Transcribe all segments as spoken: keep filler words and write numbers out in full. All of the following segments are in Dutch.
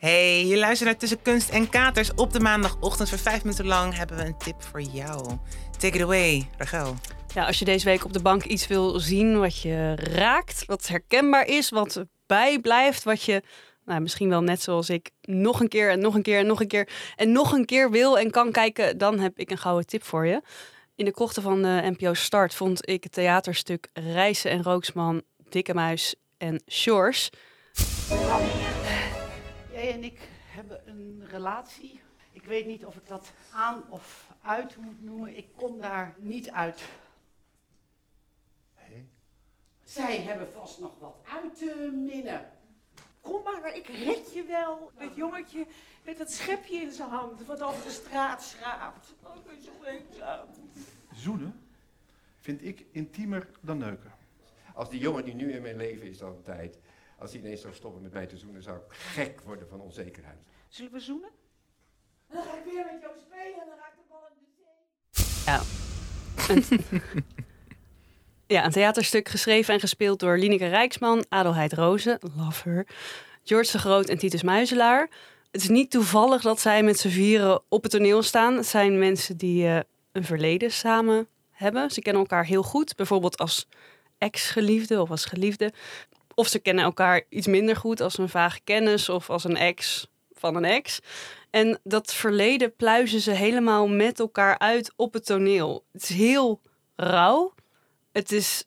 Hey, je luistert naar Tussen Kunst en Katers. Op de maandagochtend voor vijf minuten lang hebben we een tip voor jou. Take it away, Rachel. Ja, als je deze week op de bank iets wil zien wat je raakt, wat herkenbaar is, wat bijblijft, wat je nou, misschien wel net zoals ik nog een keer en nog een keer en nog een keer en nog een keer wil en kan kijken, dan heb ik een gouden tip voor je. In de krochten van de N P O Start vond ik het theaterstuk Rijssen en Rooksman, Dikke Muis en Sjors. Jij en ik hebben een relatie. Ik weet niet of ik dat aan of uit moet noemen. Ik kom daar niet uit. Hey. Zij hebben vast nog wat uit te minnen. Kom maar, ik red je wel. Dat jongetje met dat schepje in zijn hand, wat over de straat schraapt. Oh, ik ben zo eenzaam. Zoenen vind ik intiemer dan neuken. Als die jongen die nu in mijn leven is al een tijd, als hij ineens zou stoppen met mij te zoenen, zou ik gek worden van onzekerheid. Zullen we zoenen? Dan ga ik weer met jou spelen en dan raakt de bal in de zee. Ja. Een, ja, een theaterstuk geschreven en gespeeld door Lineke Rijksman, Adelheid Rozen, love her, George de Groot en Titus Muizelaar. Het is niet toevallig dat zij met z'n vieren op het toneel staan. Het zijn mensen die uh, een verleden samen hebben. Ze kennen elkaar heel goed, bijvoorbeeld als ex-geliefde of als geliefde. Of ze kennen elkaar iets minder goed als een vage kennis of als een ex van een ex. En dat verleden pluizen ze helemaal met elkaar uit op het toneel. Het is heel rauw. Het is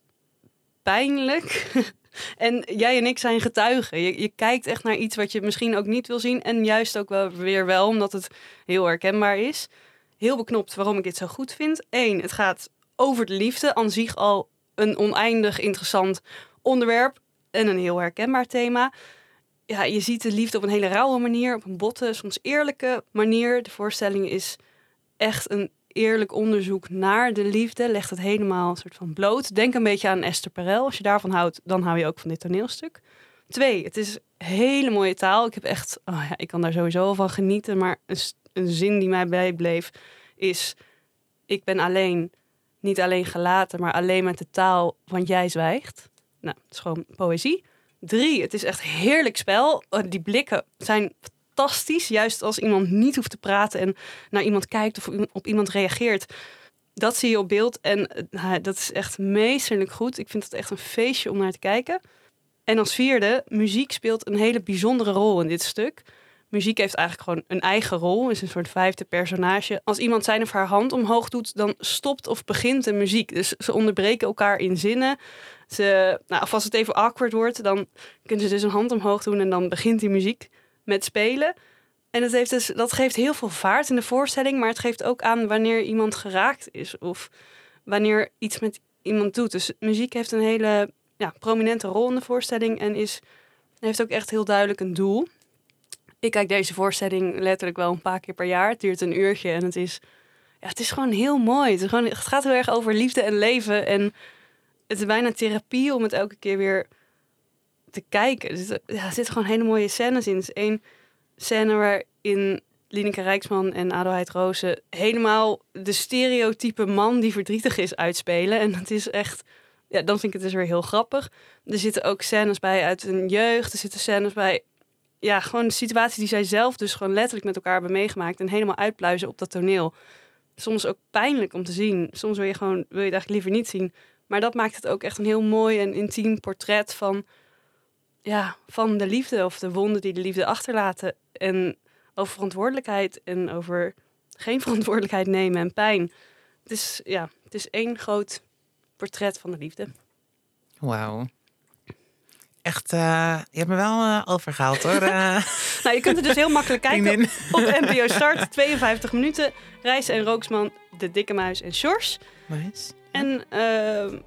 pijnlijk. En jij en ik zijn getuigen. Je, je kijkt echt naar iets wat je misschien ook niet wil zien. En juist ook wel weer wel, omdat het heel herkenbaar is. Heel beknopt waarom ik dit zo goed vind. Eén, het gaat over de liefde. Aan zich al een oneindig interessant onderwerp. En een heel herkenbaar thema. Ja, je ziet de liefde op een hele rauwe manier. Op een botte, soms eerlijke manier. De voorstelling is echt een eerlijk onderzoek naar de liefde. Legt het helemaal een soort van bloot. Denk een beetje aan Esther Perel. Als je daarvan houdt, dan hou je ook van dit toneelstuk. Twee, het is hele mooie taal. Ik heb echt, oh ja, ik kan daar sowieso al van genieten. Maar een, een zin die mij bijbleef is: ik ben alleen, niet alleen gelaten, maar alleen met de taal, want jij zwijgt. Nou, het is gewoon poëzie. Drie, het is echt heerlijk spel. Die blikken zijn fantastisch. Juist als iemand niet hoeft te praten en naar iemand kijkt of op iemand reageert. Dat zie je op beeld en uh, dat is echt meesterlijk goed. Ik vind het echt een feestje om naar te kijken. En als vierde, muziek speelt een hele bijzondere rol in dit stuk. Muziek heeft eigenlijk gewoon een eigen rol. Is een soort vijfde personage. Als iemand zijn of haar hand omhoog doet, dan stopt of begint de muziek. Dus ze onderbreken elkaar in zinnen. Ze, nou, of als het even awkward wordt, dan kunnen ze dus een hand omhoog doen en dan begint die muziek met spelen. En dat, heeft dus, dat geeft heel veel vaart in de voorstelling, maar het geeft ook aan wanneer iemand geraakt is of wanneer iets met iemand doet. Dus muziek heeft een hele ja, prominente rol in de voorstelling en is, heeft ook echt heel duidelijk een doel. Ik kijk deze voorstelling letterlijk wel een paar keer per jaar. Het duurt een uurtje en het is, ja, het is gewoon heel mooi. Het, is gewoon, het gaat heel erg over liefde en leven en het is bijna therapie om het elke keer weer te kijken. Dus, ja, er zitten gewoon hele mooie scènes in. Er is één scène waarin Lineke Rijksman en Adelheid Rozen helemaal de stereotype man die verdrietig is uitspelen. En dat is echt, ja, dan vind ik het dus weer heel grappig. Er zitten ook scènes bij uit hun jeugd. Er zitten scènes bij, ja, gewoon de situatie die zij zelf dus gewoon letterlijk met elkaar hebben meegemaakt en helemaal uitpluizen op dat toneel. Soms ook pijnlijk om te zien. Soms wil je gewoon, wil je het eigenlijk liever niet zien. Maar dat maakt het ook echt een heel mooi en intiem portret van, ja, van de liefde of de wonden die de liefde achterlaten. En over verantwoordelijkheid en over geen verantwoordelijkheid nemen en pijn. Het is, ja, het is één groot portret van de liefde. Wauw. Echt, uh, je hebt me wel uh, overgehaald hoor. Uh... nou, je kunt het dus heel makkelijk kijken op N P O Start. tweeënvijftig minuten. Rijssen en Rooksman, De Dikke Muis en Sjors. Nice. En uh,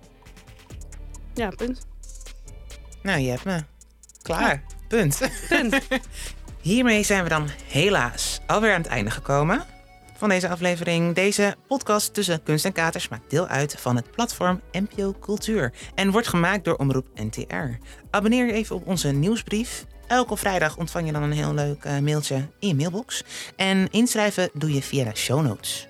ja, punt. Nou, je hebt me. Klaar. Ja. Punt. Punt. Hiermee zijn we dan helaas alweer aan het einde gekomen van deze aflevering. Deze podcast Tussen Kunst en Katers maakt deel uit van het platform N P O Cultuur en wordt gemaakt door Omroep N T R. Abonneer je even op onze nieuwsbrief. Elke vrijdag ontvang je dan een heel leuk uh, mailtje in je mailbox. En inschrijven doe je via de show notes.